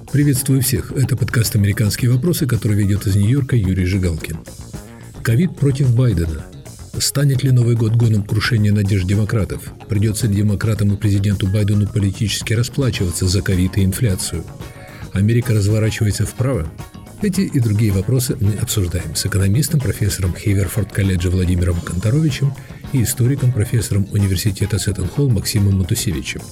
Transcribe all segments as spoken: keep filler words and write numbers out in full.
Приветствую всех. Это подкаст «Американские вопросы», который ведет из Нью-Йорка Юрий Жигалкин. Ковид против Байдена. Станет ли Новый год годом крушения надежд демократов? Придется ли демократам и президенту Байдену политически расплачиваться за ковид и инфляцию? Америка разворачивается вправо? Эти и другие вопросы мы обсуждаем с экономистом, профессором Хейверфорд-колледжа Владимиром Конторовичем и историком, профессором университета Сеттон-Холл Максимом Матусевичем.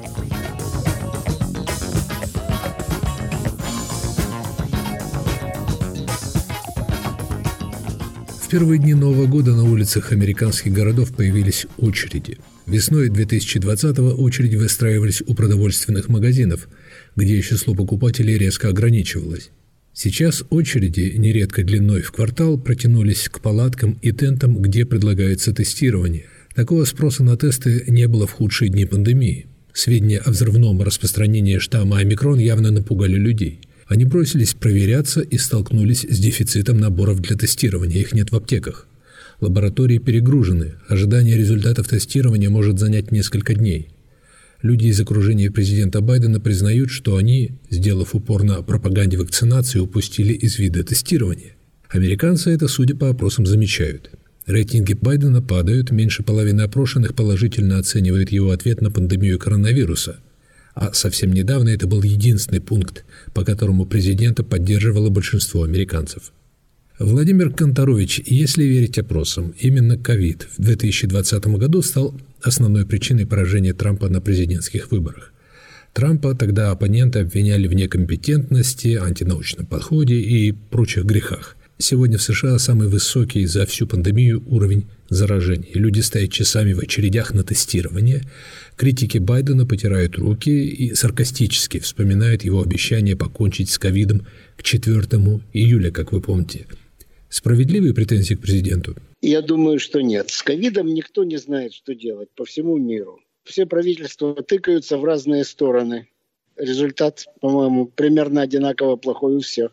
В первые дни Нового года на улицах американских городов появились очереди. Весной две тысячи двадцатого очереди выстраивались у продовольственных магазинов, где число покупателей резко ограничивалось. Сейчас очереди, нередко длиной в квартал, протянулись к палаткам и тентам, где предлагается тестирование. Такого спроса на тесты не было в худшие дни пандемии. Сведения о взрывном распространении штамма омикрон явно напугали людей. Они бросились проверяться и столкнулись с дефицитом наборов для тестирования. Их нет в аптеках. Лаборатории перегружены. Ожидание результатов тестирования может занять несколько дней. Люди из окружения президента Байдена признают, что они, сделав упор на пропаганде вакцинации, упустили из вида тестирование. Американцы это, судя по опросам, замечают. Рейтинги Байдена падают, меньше половины опрошенных положительно оценивают его ответ на пандемию коронавируса. А совсем недавно это был единственный пункт, по которому президента поддерживало большинство американцев. Владимир Конторович, если верить опросам, именно ковид в две тысячи двадцатом году стал основной причиной поражения Трампа на президентских выборах. Трампа тогда оппоненты обвиняли в некомпетентности, антинаучном подходе и прочих грехах. Сегодня в США самый высокий за всю пандемию уровень заражений. Люди стоят часами в очередях на тестирование. Критики Байдена потирают руки и саркастически вспоминают его обещание покончить с ковидом к четвёртому июля, как вы помните. Справедливые претензии к президенту? Я думаю, что нет. С ковидом никто не знает, что делать по всему миру. Все правительства тыкаются в разные стороны. Результат, по-моему, примерно одинаково плохой у всех.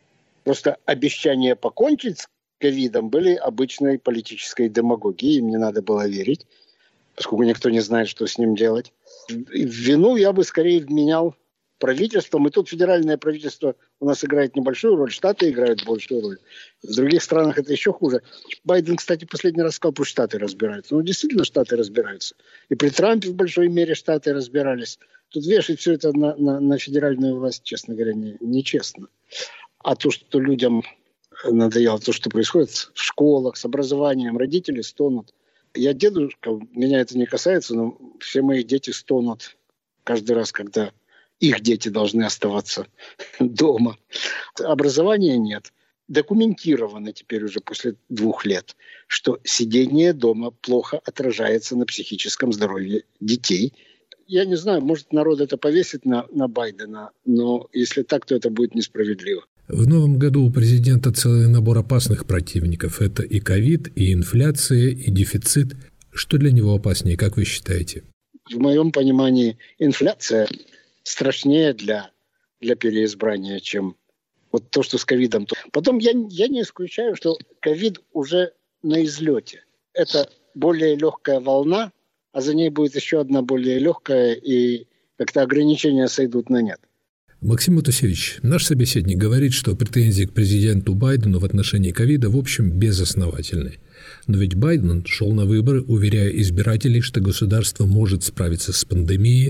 Просто обещания покончить с ковидом были обычной политической демагогией, им не надо было верить, поскольку никто не знает, что с ним делать. И вину я бы скорее вменял правительством, и тут федеральное правительство у нас играет небольшую роль, Штаты играют большую роль. В других странах это еще хуже. Байден, кстати, последний раз сказал, пусть Штаты разбираются. Ну, действительно, Штаты разбираются. И при Трампе в большой мере Штаты разбирались. Тут вешать все это на, на, на федеральную власть, честно говоря, не, нечестно. А то, что людям надоело, то, что происходит в школах, с образованием, родители стонут. Я дедушка, меня это не касается, но все мои дети стонут каждый раз, когда их дети должны оставаться дома. Образования нет. Документировано теперь уже после двух лет, что сидение дома плохо отражается на психическом здоровье детей. Я не знаю, может, народ это повесит на, на Байдена, но если так, то это будет несправедливо. В новом году у президента целый набор опасных противников. Это и ковид, и инфляция, и дефицит. Что для него опаснее, как вы считаете? В моем понимании инфляция страшнее для, для переизбрания, чем вот то, что с ковидом. Потом я, я не исключаю, что ковид уже на излете. Это более легкая волна, а за ней будет еще одна более легкая, и как-то ограничения сойдут на нет. Максим Матусевич, наш собеседник говорит, что претензии к президенту Байдену в отношении ковида в общем безосновательны. Но ведь Байден шел на выборы, уверяя избирателей, что государство может справиться с пандемией.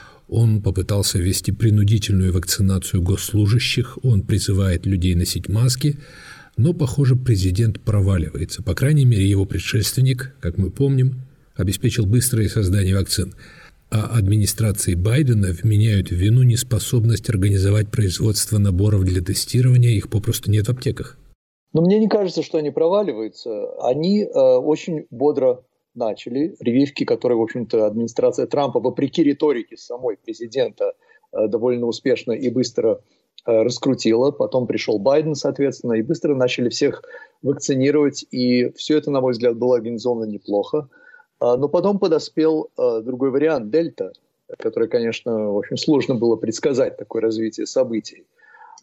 Он попытался ввести принудительную вакцинацию госслужащих, он призывает людей носить маски, но, похоже, президент проваливается. По крайней мере, его предшественник, как мы помним, обеспечил быстрое создание вакцин. А администрации Байдена вменяют в вину неспособность организовать производство наборов для тестирования, их попросту нет в аптеках. Но мне не кажется, что они проваливаются. Они э, очень бодро начали прививки, которые, в общем-то, администрация Трампа, вопреки риторике самой президента, э, довольно успешно и быстро э, раскрутила. Потом пришел Байден, соответственно, и быстро начали всех вакцинировать. И все это, на мой взгляд, было организовано неплохо. Но потом подоспел э, другой вариант, дельта, который, конечно, в общем, сложно было предсказать такое развитие событий.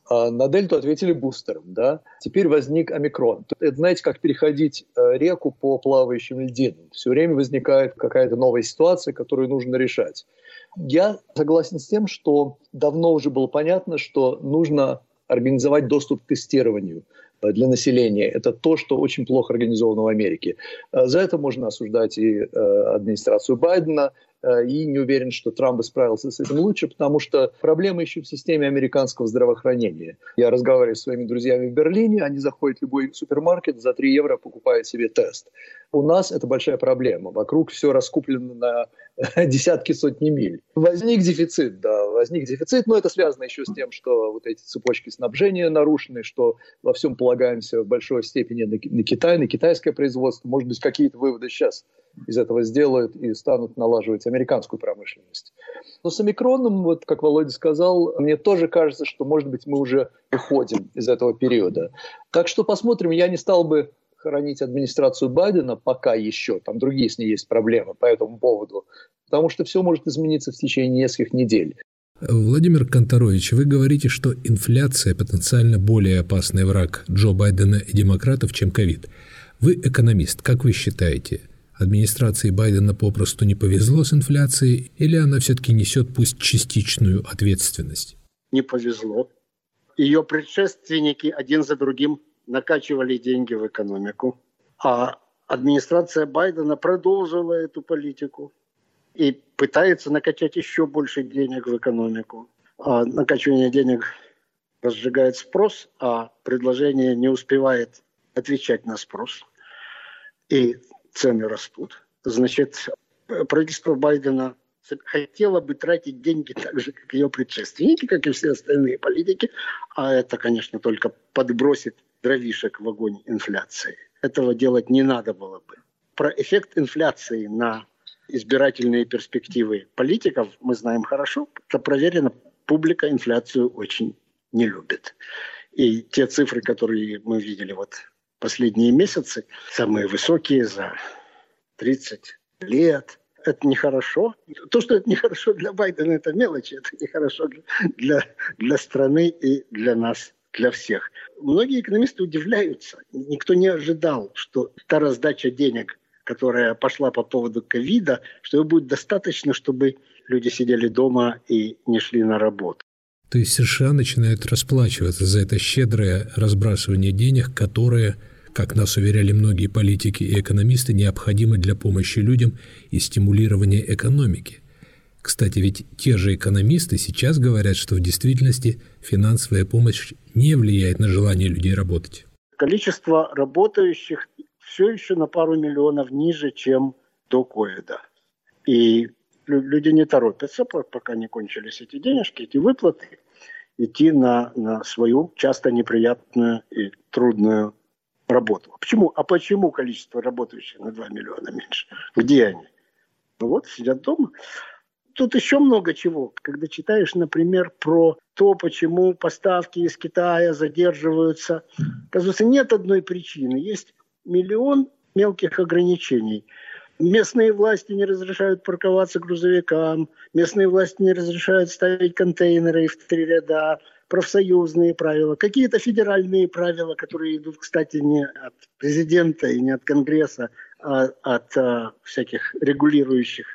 А на дельту ответили бустером, да. Теперь возник омикрон. Это, знаете, как переходить реку по плавающим льдинам. Все время возникает какая-то новая ситуация, которую нужно решать. Я согласен с тем, что давно уже было понятно, что нужно организовать доступ к тестированию для населения. Это то, что очень плохо организовано в Америке. За это можно осуждать и администрацию Байдена, и не уверен, что Трамп бы справился с этим лучше, потому что проблема еще в системе американского здравоохранения. Я разговариваю с своими друзьями в Берлине, они заходят в любой супермаркет, за три евро покупают себе тест. У нас это большая проблема. Вокруг все раскуплено на десятки, сотни миль. Возник дефицит, да, возник дефицит, но это связано еще с тем, что вот эти цепочки снабжения нарушены, что во всем полагаемся в большой степени на, на Китай, на китайское производство. Может быть, какие-то выводы сейчас из этого сделают и станут налаживать американскую промышленность. Но с омикроном, вот как Володя сказал, мне тоже кажется, что, может быть, мы уже выходим из этого периода. Так что посмотрим. Я не стал бы хоронить администрацию Байдена пока еще. Там другие с ней есть проблемы по этому поводу. Потому что все может измениться в течение нескольких недель. Владимир Канторович, вы говорите, что инфляция потенциально более опасный враг Джо Байдена и демократов, чем ковид. Вы экономист. Как вы считаете, администрации Байдена попросту не повезло с инфляцией, или она все-таки несет пусть частичную ответственность? Не повезло. Ее предшественники один за другим накачивали деньги в экономику, а администрация Байдена продолжила эту политику и пытается накачать еще больше денег в экономику. А накачивание денег разжигает спрос, а предложение не успевает отвечать на спрос. И цены растут. Значит, правительство Байдена хотело бы тратить деньги так же, как ее предшественники, как и все остальные политики, а это, конечно, только подбросит дровишек в огонь инфляции. Этого делать не надо было бы. Про эффект инфляции на избирательные перспективы политиков мы знаем хорошо. Это проверено. Публика инфляцию очень не любит. И те цифры, которые мы видели вот последние месяцы, самые высокие за тридцать лет. Это нехорошо. То, что это нехорошо для Байдена, это мелочи. Это нехорошо для, для страны и для нас, для всех. Многие экономисты удивляются. Никто не ожидал, что та раздача денег, которая пошла по поводу ковида, что ее будет достаточно, чтобы люди сидели дома и не шли на работу. То есть США начинают расплачиваться за это щедрое разбрасывание денег, которое, как нас уверяли многие политики и экономисты, необходимо для помощи людям и стимулирования экономики. Кстати, ведь те же экономисты сейчас говорят, что в действительности финансовая помощь не влияет на желание людей работать. Количество работающих все еще на пару миллионов ниже, чем до ковида. И люди не торопятся, пока не кончились эти денежки, эти выплаты, идти на, на свою часто неприятную и трудную работу. Почему? А почему количество работающих на два миллиона меньше? Где они? Ну вот, сидят дома. Тут еще много чего. Когда читаешь, например, про то, почему поставки из Китая задерживаются, оказывается, нет одной причины. Есть миллион мелких ограничений. Местные власти не разрешают парковаться грузовикам, местные власти не разрешают ставить контейнеры в три ряда, профсоюзные правила, какие-то федеральные правила, которые идут, кстати, не от президента и не от Конгресса, а от а, всяких регулирующих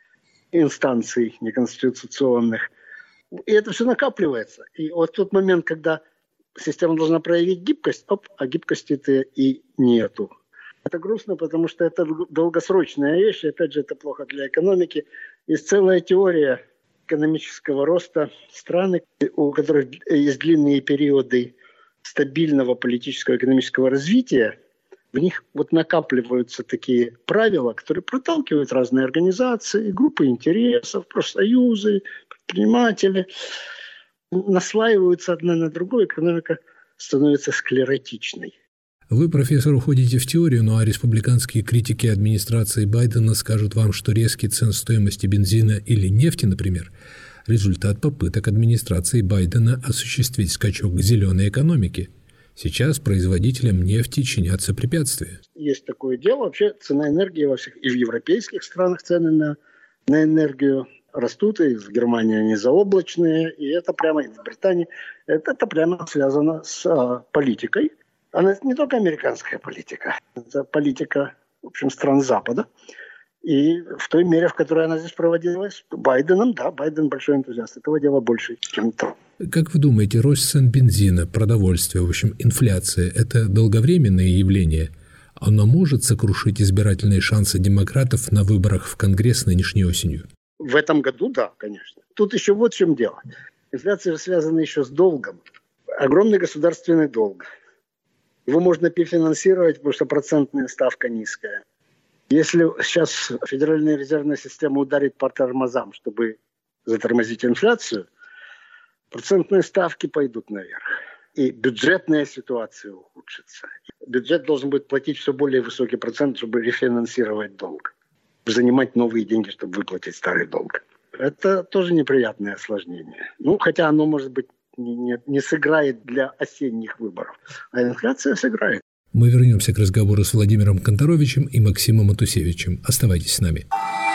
инстанций неконституционных. И это все накапливается. И вот в тот момент, когда система должна проявить гибкость, оп, а гибкости-то и нету. Это грустно, потому что это долгосрочная вещь, и опять же, это плохо для экономики. Есть целая теория экономического роста страны, у которых есть длинные периоды стабильного политического и экономического развития. В них вот накапливаются такие правила, которые проталкивают разные организации, группы интересов, профсоюзы, предприниматели. Наслаиваются одна на другую, экономика становится склеротичной. Вы, профессор, уходите в теорию, ну а республиканские критики администрации Байдена скажут вам, что резкий цен стоимости бензина или нефти, например, результат попыток администрации Байдена осуществить скачок к зеленой экономике. Сейчас производителям нефти чинятся препятствия. Есть такое дело. Вообще цена энергии во всех, и в европейских странах цены на, на энергию растут, и в Германии они заоблачные, и это прямо, и в Британии, это, это прямо связано с а, политикой. Она не только американская политика, это политика, в общем, стран Запада. И в той мере, в которой она здесь проводилась, Байденом, да, Байден большой энтузиаст этого дела больше, чем Трамп. Как вы думаете, рост цен бензина, продовольствия, в общем, инфляция – это долговременное явление? Оно может сокрушить избирательные шансы демократов на выборах в Конгресс нынешней осенью? В этом году, да, конечно. Тут еще вот в чем дело. Инфляция связана еще с долгом. Огромный государственный долг. Его можно перефинансировать, потому что процентная ставка низкая. Если сейчас Федеральная резервная система ударит по тормозам, чтобы затормозить инфляцию, процентные ставки пойдут наверх. И бюджетная ситуация ухудшится. Бюджет должен будет платить все более высокий процент, чтобы рефинансировать долг. Занимать новые деньги, чтобы выплатить старый долг. Это тоже неприятное осложнение. Ну, хотя оно, может быть, не, не, не сыграет для осенних выборов. А инфляция сыграет. Мы вернемся к разговору с Владимиром Конторовичем и Максимом Матусевичем. Оставайтесь с нами.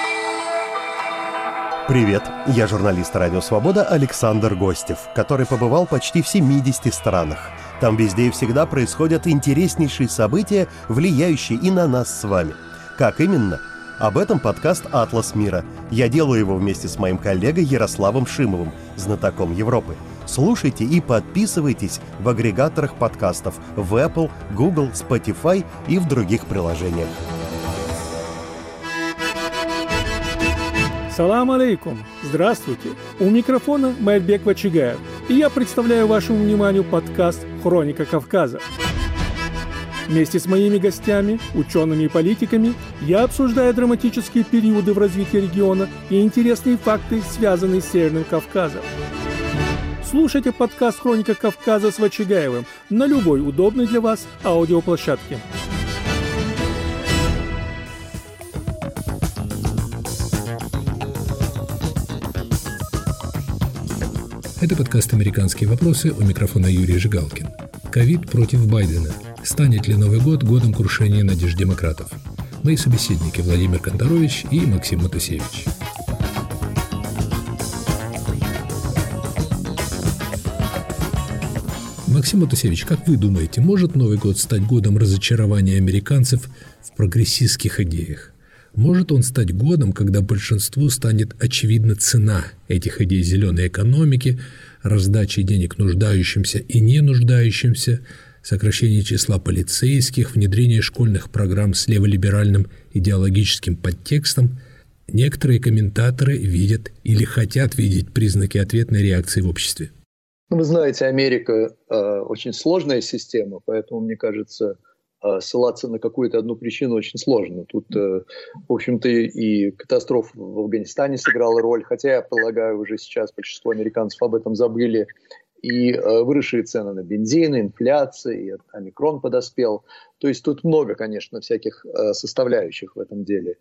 Привет, я журналист «Радио Свобода» Александр Гостев, который побывал почти в семидесяти странах. Там везде и всегда происходят интереснейшие события, влияющие и на нас с вами. Как именно? Об этом подкаст «Атлас мира». Я делаю его вместе с моим коллегой Ярославом Шимовым, знатоком Европы. Слушайте и подписывайтесь в агрегаторах подкастов в Apple, Google, Spotify и в других приложениях. Салам алейкум! Здравствуйте! У микрофона Майрбек Вачигаев, и я представляю вашему вниманию подкаст «Хроника Кавказа». Вместе с моими гостями, учеными и политиками, я обсуждаю драматические периоды в развитии региона и интересные факты, связанные с Северным Кавказом. Слушайте подкаст «Хроника Кавказа» с Вачигаевым на любой удобной для вас аудиоплощадке. Это подкаст «Американские вопросы», у микрофона Юрий Жигалкин. Ковид против Байдена. Станет ли Новый год годом крушения надежд демократов? Мои собеседники Владимир Конторович и Максим Матусевич. Максим Матусевич, как вы думаете, может Новый год стать годом разочарования американцев в прогрессистских идеях? Может он стать годом, когда большинству станет очевидна цена этих идей зеленой экономики, раздачи денег нуждающимся и не нуждающимся, сокращение числа полицейских, внедрение школьных программ с леволиберальным идеологическим подтекстом? Некоторые комментаторы видят или хотят видеть признаки ответной реакции в обществе. Вы знаете, Америка э, очень сложная система, поэтому, мне кажется, э, ссылаться на какую-то одну причину очень сложно. Тут, э, в общем-то, и катастрофа в Афганистане сыграла роль, хотя, я полагаю, уже сейчас большинство американцев об этом забыли, и э, выросшие цены на бензин, инфляция, и омикрон подоспел. То есть тут много, конечно, всяких э, составляющих в этом деле.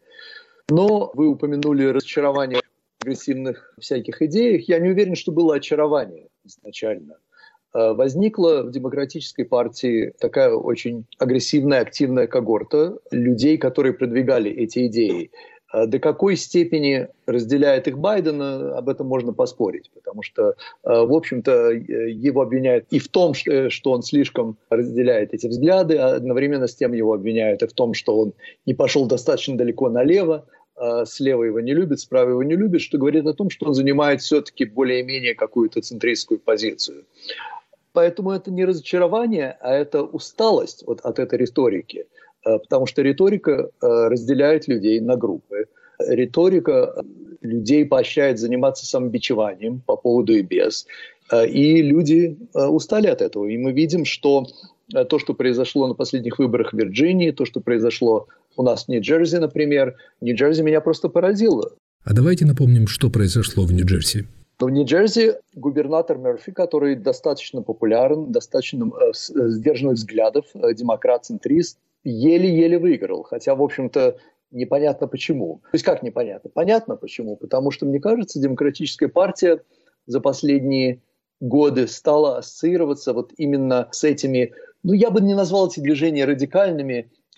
Но вы упомянули разочарование в агрессивных всяких идеях. Я не уверен, что было очарование изначально. Возникла в Демократической партии такая очень агрессивная, активная когорта людей, которые продвигали эти идеи. До какой степени разделяет их Байден, об этом можно поспорить, потому что, в общем-то, его обвиняют и в том, что он слишком разделяет эти взгляды, а одновременно с тем его обвиняют и в том, что он не пошел достаточно далеко налево, слева его не любит, справа его не любит, что говорит о том, что он занимает все-таки более-менее какую-то центристскую позицию. Поэтому это не разочарование, а это усталость вот от этой риторики. Потому что риторика разделяет людей на группы. Риторика людей поощряет заниматься самобичеванием по поводу и без. И люди устали от этого. И мы видим, что то, что произошло на последних выборах в Вирджинии, то, что произошло у нас в Нью-Джерси, например, Нью-Джерси меня просто поразило. А давайте напомним, что произошло в Нью-Джерси. В Нью-Джерси губернатор Мерфи, который достаточно популярен, достаточно э, сдержанных взглядов, э, демократ-центрист, еле-еле выиграл. Хотя, в общем-то, непонятно почему. То есть как непонятно? Понятно почему. Потому что, мне кажется, Демократическая партия за последние годы стала ассоциироваться вот именно с этими, ну, я бы не назвал эти движения радикальными,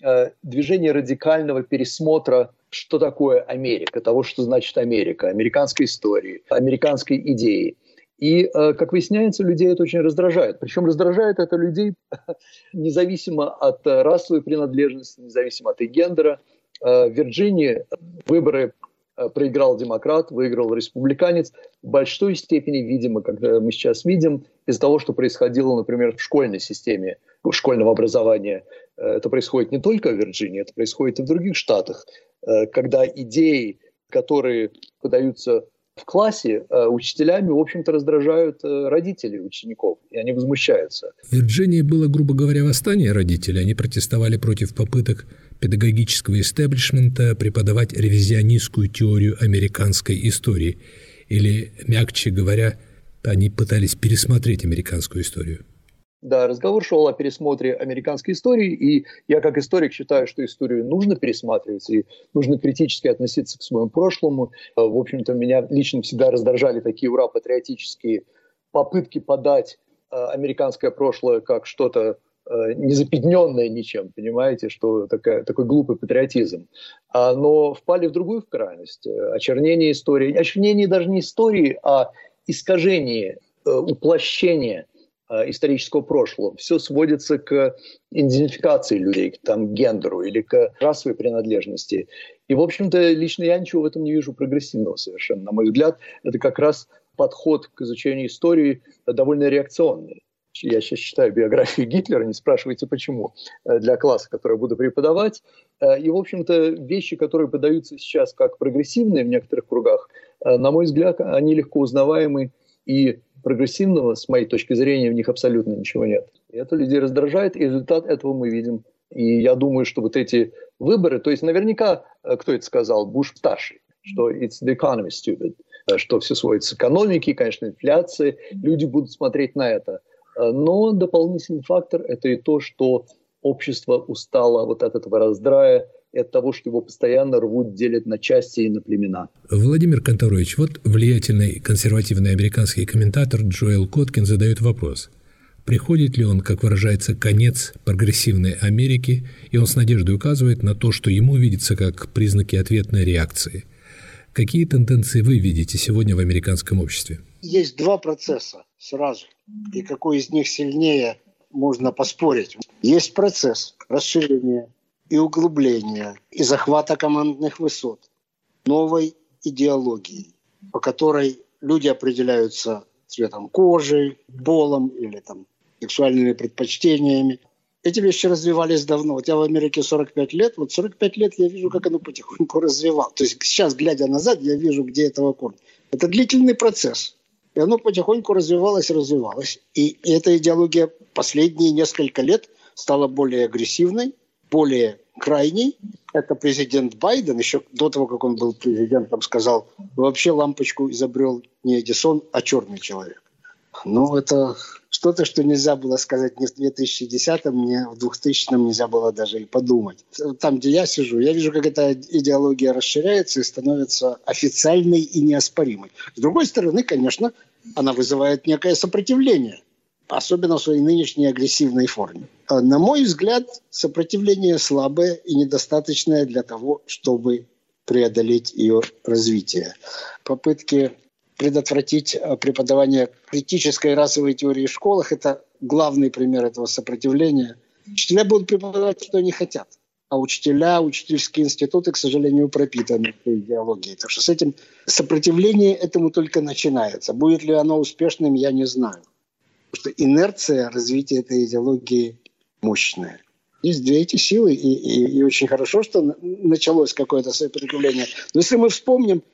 движение радикального пересмотра, что такое Америка, того, что значит Америка, американской истории, американской идеи. И, как выясняется, людей это очень раздражает. Причем раздражает это людей независимо от расовой принадлежности, независимо от их гендера. В Вирджинии выборы проиграл демократ, выиграл республиканец. В большой степени, видимо, как мы сейчас видим, из-за того, что происходило, например, в школьной системе школьного образования. Это происходит не только в Вирджинии, это происходит и в других штатах, когда идеи, которые подаются в классе, учителями, в общем-то, раздражают родителей учеников, и они возмущаются. В Вирджинии было, грубо говоря, восстание родителей. Они протестовали против попыток педагогического истеблишмента преподавать ревизионистскую теорию американской истории. Или, мягче говоря, они пытались пересмотреть американскую историю. Да, разговор шел о пересмотре американской истории, и я как историк считаю, что историю нужно пересматривать, и нужно критически относиться к своему прошлому. В общем-то, меня лично всегда раздражали такие ура-патриотические попытки подать американское прошлое как что-то не запятненное ничем, понимаете, что такая, такой глупый патриотизм. Но впали в другую крайность. Очернение истории. Очернение даже не истории, а искажение, уплощение исторического прошлого. Все сводится к идентификации людей, к там, гендеру или к расовой принадлежности. И, в общем-то, лично я ничего в этом не вижу прогрессивного совершенно. На мой взгляд, это как раз подход к изучению истории довольно реакционный. Я сейчас читаю биографию Гитлера, не спрашивайте почему, для класса, который я буду преподавать. И, в общем-то, вещи, которые подаются сейчас как прогрессивные в некоторых кругах, на мой взгляд, они легко узнаваемы, и прогрессивного, с моей точки зрения, в них абсолютно ничего нет. И это людей раздражает, и результат этого мы видим. И я думаю, что вот эти выборы, то есть наверняка, кто это сказал, Буш-старший, что it's the economy stupid, что все сводится к экономике, конечно, инфляции, люди будут смотреть на это. Но дополнительный фактор – это и то, что общество устало вот от этого раздрая, и от того, что его постоянно рвут, делят на части и на племена. Владимир Канторович, вот влиятельный консервативный американский комментатор Джоэл Коткин задает вопрос. Приходит ли он, как выражается, конец прогрессивной Америки, и он с надеждой указывает на то, что ему видится как признаки ответной реакции. Какие тенденции вы видите сегодня в американском обществе? Есть два процесса сразу, и какой из них сильнее, можно поспорить. Есть процесс расширения и углубления, и захвата командных высот новой идеологии, по которой люди определяются цветом кожи, полом или там, сексуальными предпочтениями. Эти вещи развивались давно. Вот я в Америке сорок пять лет, вот сорок пять лет я вижу, как оно потихоньку развивалось. То есть сейчас, глядя назад, я вижу, где этого корень. Это длительный процесс. И оно потихоньку развивалось, развивалось. И эта идеология последние несколько лет стала более агрессивной, более крайней. Это президент Байден, еще до того, как он был президентом, сказал, вообще лампочку изобрел не Эдисон, а черный человек. Ну, это что-то, что нельзя было сказать ни в две тысячи десятом, ни в двухтысячном нельзя было даже и подумать. Там, где я сижу, я вижу, как эта идеология расширяется и становится официальной и неоспоримой. С другой стороны, конечно, она вызывает некое сопротивление, особенно в своей нынешней агрессивной форме. На мой взгляд, сопротивление слабое и недостаточное для того, чтобы преодолеть ее развитие. Попытки предотвратить преподавание критической расовой теории в школах – это главный пример этого сопротивления. Учителя будут преподавать, что они хотят. А учителя, учительские институты, к сожалению, пропитаны этой идеологией. Так что с этим сопротивление этому только начинается. Будет ли оно успешным, я не знаю. Потому что инерция развития этой идеологии мощная. Есть две эти силы, и, и, и очень хорошо, что началось какое-то сопротивление. Но если мы вспомним,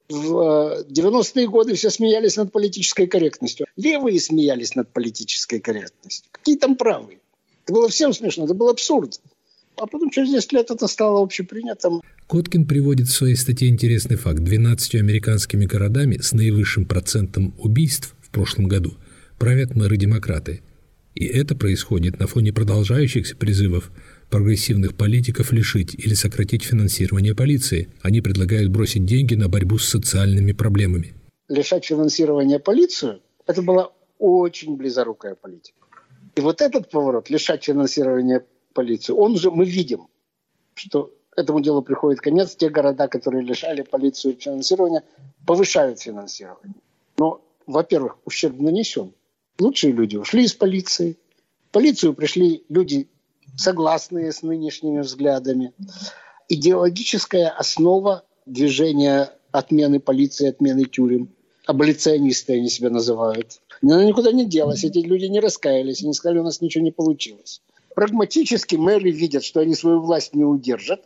в девяностые годы все смеялись над политической корректностью. Левые смеялись над политической корректностью. Какие там правые? Это было всем смешно, это был абсурд. А потом через десять лет это стало общепринятым. Коткин приводит в своей статье интересный факт. двенадцатью американскими городами с наивысшим процентом убийств в прошлом году правят мэры-демократы. И это происходит на фоне продолжающихся призывов прогрессивных политиков лишить или сократить финансирование полиции. Они предлагают бросить деньги на борьбу с социальными проблемами. Лишать финансирования полицию – это была очень близорукая политика. И вот этот поворот, лишать финансирования полицию, он же мы видим. что этому делу приходит конец. Те города, которые лишали полицию финансирования, повышают финансирование. Но, во-первых, ущерб нанесен. Лучшие люди ушли из полиции. В полицию пришли люди, согласные с нынешними взглядами. Идеологическая основа движения отмены полиции, отмены тюрем. Аболиционисты они себя называют. Но она никуда не делась. Эти люди не раскаялись и не сказали, у нас ничего не получилось. Прагматически мэры видят, что они свою власть не удержат,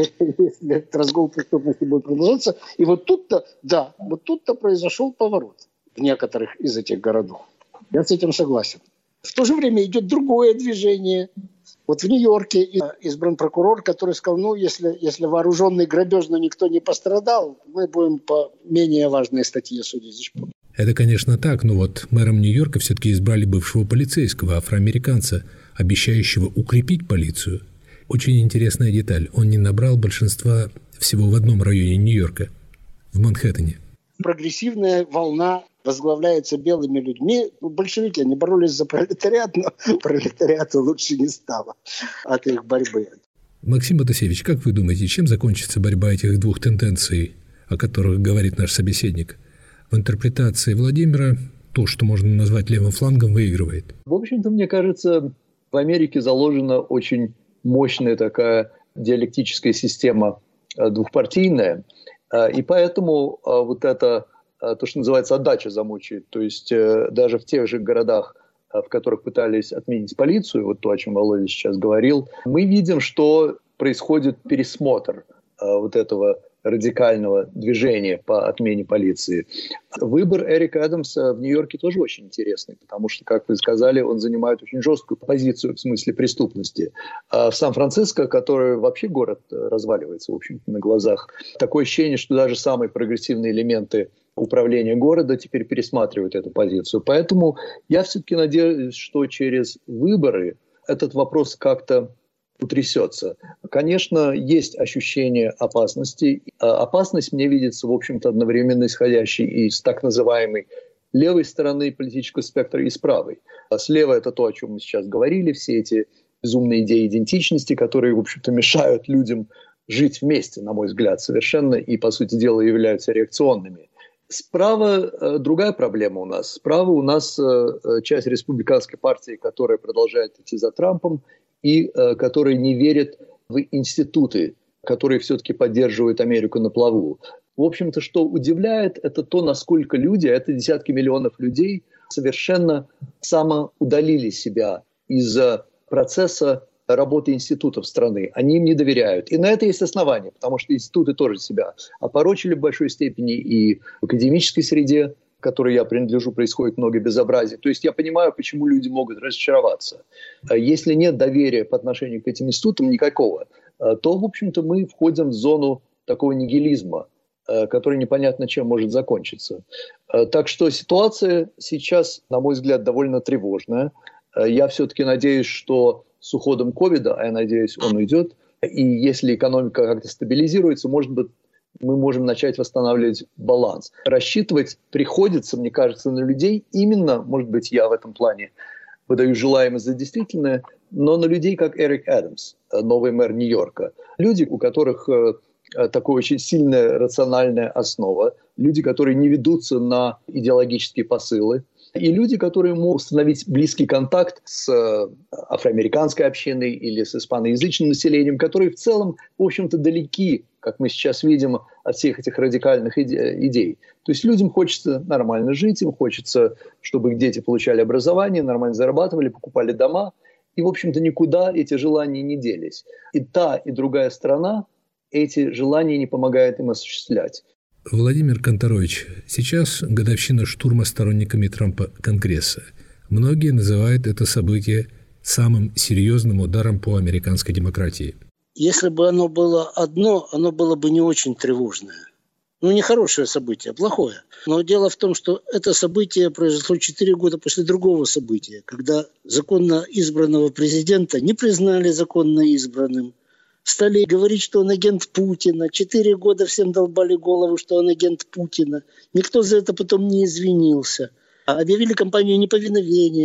если этот разгул преступности будет продолжаться. И вот тут-то, да, вот тут-то произошел поворот в некоторых из этих городов. Я с этим согласен. В то же время идет другое движение. Вот в Нью-Йорке избран прокурор, который сказал, ну, если, если вооруженный грабеж, но никто не пострадал, мы будем по менее важной статье судить. Это, конечно, так, но вот мэром Нью-Йорка все-таки избрали бывшего полицейского, афроамериканца, обещающего укрепить полицию. Очень интересная деталь. Он не набрал большинства всего в одном районе Нью-Йорка, в Манхэттене. Прогрессивная волна возглавляется белыми людьми. Большевики, они боролись за пролетариат, но пролетариату лучше не стало от их борьбы. Максим Батасевич, как вы думаете, чем закончится борьба этих двух тенденций, о которых говорит наш собеседник? В интерпретации Владимира то, что можно назвать левым флангом, выигрывает. В общем-то, мне кажется, в Америке заложена очень мощная такая диалектическая система двухпартийная, и поэтому вот это то, что называется отдача замучает, то есть даже в тех же городах, в которых пытались отменить полицию, вот то, о чем Володя сейчас говорил, мы видим, что происходит пересмотр вот этого радикального движения по отмене полиции. Выбор Эрика Адамса в Нью-Йорке тоже очень интересный, потому что, как вы сказали, он занимает очень жесткую позицию в смысле преступности. А в Сан-Франциско, который вообще город разваливается, в общем-то, на глазах, такое ощущение, что даже самые прогрессивные элементы управления города теперь пересматривают эту позицию. Поэтому я все-таки надеюсь, что через выборы этот вопрос как-то утрясется. Конечно, есть ощущение опасности. Опасность мне видится, в общем-то, одновременно исходящей из так называемой левой стороны политического спектра и с правой. А слева это то, о чем мы сейчас говорили, все эти безумные идеи идентичности, которые, в общем-то, мешают людям жить вместе, на мой взгляд, совершенно, и, по сути дела, являются реакционными. Справа э, другая проблема у нас. Справа у нас э, часть республиканской партии, которая продолжает идти за Трампом, и э, которые не верят в институты, которые все-таки поддерживают Америку на плаву. В общем-то, что удивляет, это то, насколько люди, а это десятки миллионов людей, совершенно самоудалили себя из процесса работы институтов страны. Они им не доверяют. И на это есть основания, потому что институты тоже себя опорочили в большой степени, и в академической среде, к которой я принадлежу, происходит много безобразий. То есть я понимаю, почему люди могут разочароваться. Если нет доверия по отношению к этим институтам никакого, то, в общем-то, мы входим в зону такого нигилизма, который непонятно чем может закончиться. Так что ситуация сейчас, на мой взгляд, довольно тревожная. Я все-таки надеюсь, что с уходом ковида, а я надеюсь, он уйдет, и если экономика как-то стабилизируется, может быть, мы можем начать восстанавливать баланс. Рассчитывать приходится, мне кажется, на людей именно, может быть, я в этом плане выдаю желаемое за действительное, но на людей, как Эрик Адамс, новый мэр Нью-Йорка. Люди, у которых такая очень сильная рациональная основа, люди, которые не ведутся на идеологические посылы, и люди, которые могут установить близкий контакт с афроамериканской общиной или с испаноязычным населением, которые в целом, в общем-то, далеки, как мы сейчас видим, от всех этих радикальных иде- идей. То есть людям хочется нормально жить, им хочется, чтобы их дети получали образование, нормально зарабатывали, покупали дома. И, в общем-то, никуда эти желания не делись. И та, и другая сторона эти желания не помогают им осуществлять. Владимир Канторович, сейчас годовщина штурма сторонниками Трампа Конгресса. Многие называют это событие самым серьезным ударом по американской демократии. Если бы оно было одно, оно было бы не очень тревожное. Ну, не хорошее событие, плохое. Но дело в том, что это событие произошло четыре года после другого события, когда законно избранного президента не признали законно избранным. Стали говорить, что он агент Путина. Четыре года всем долбали голову, что он агент Путина. Никто за это потом не извинился. Объявили кампанию неповиновения.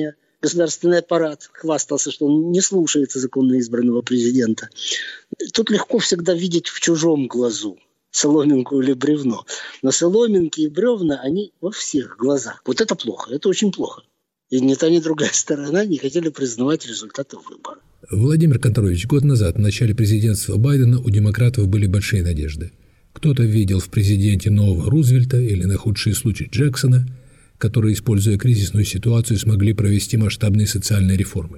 государственный аппарат хвастался, что он не слушается законно избранного президента. Тут легко всегда видеть в чужом глазу соломинку или бревно. Но соломинки и бревна, они во всех глазах. Вот это плохо, это очень плохо. И ни та, ни другая сторона не хотели признавать результаты выборов. Владимир Конторович, год назад, в начале президентства Байдена, у демократов были большие надежды. Кто-то видел в президенте нового Рузвельта или, на худший случай, Джексона, которые, используя кризисную ситуацию, смогли провести масштабные социальные реформы.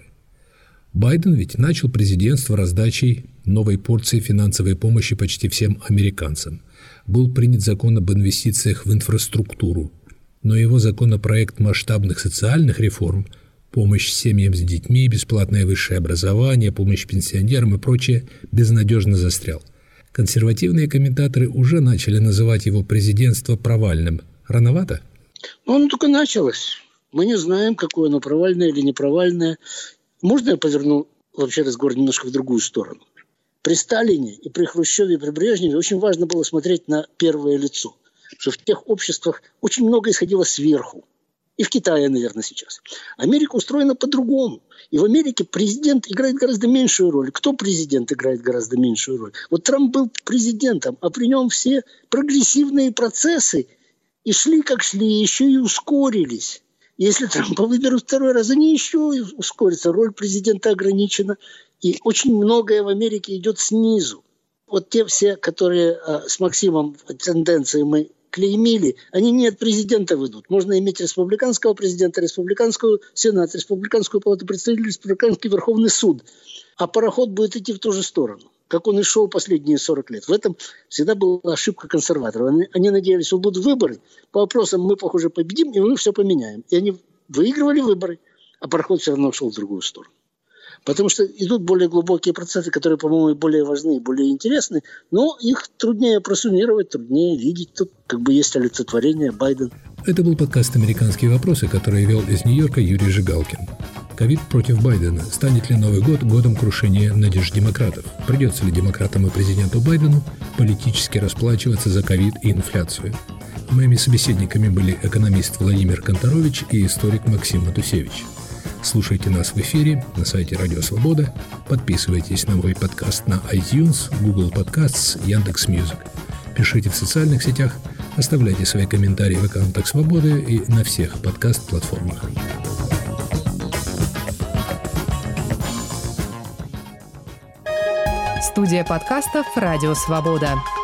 Байден ведь начал президентство раздачей новой порции финансовой помощи почти всем американцам. Был принят закон об инвестициях в инфраструктуру, но его законопроект масштабных социальных реформ, помощь семьям с детьми, бесплатное высшее образование, помощь пенсионерам и прочее, безнадежно застрял. Консервативные комментаторы уже начали называть его президентство провальным. Рановато? Ну, оно только началось. Мы не знаем, какое оно, провальное или непровальное. Можно я поверну вообще разговор немножко в другую сторону? При Сталине и при Хрущеве и при Брежневе очень важно было смотреть на первое лицо. Потому что в тех обществах очень много исходило сверху. И в Китае, наверное, сейчас. Америка устроена по-другому. И в Америке президент играет гораздо меньшую роль. Кто президент играет гораздо меньшую роль? Вот Трамп был президентом, а при нем все прогрессивные процессы и шли как шли, еще и ускорились. Если Трампа выберут второй раз, они еще и ускорятся. Роль президента ограничена. И очень многое в Америке идет снизу. Вот те все, которые а, с Максимом тенденции мы клеймили, они не от президента выйдут. Можно иметь республиканского президента, республиканскую сенат, республиканскую палату представителей, республиканский Верховный суд. А пароход будет идти в ту же сторону, как он и шел последние сорок лет. В этом всегда была ошибка консерваторов. Они, они надеялись, что будут выборы. По вопросам мы, похоже, победим, и мы все поменяем. И они выигрывали выборы, а пароход все равно шел в другую сторону. Потому что идут более глубокие процессы, которые, по-моему, более важны и более интересны, но их труднее просуммировать, труднее видеть. Тут как бы есть олицетворение Байден. Это был подкаст «Американские вопросы», который вел из Нью-Йорка Юрий Жигалкин. Ковид против Байдена. Станет ли Новый год годом крушения надежд демократов? Придется ли демократам и президенту Байдену политически расплачиваться за ковид и инфляцию? Моими собеседниками были экономист Владимир Конторович и историк Максим Матусевич. Слушайте нас в эфире на сайте Радио Свобода. Подписывайтесь на мой подкаст на iTunes, Google Podcasts, Яндекс.Мьюзик. Пишите в социальных сетях, оставляйте свои комментарии в аккаунтах Свободы и на всех подкаст-платформах. Студия подкастов «Радио Свобода».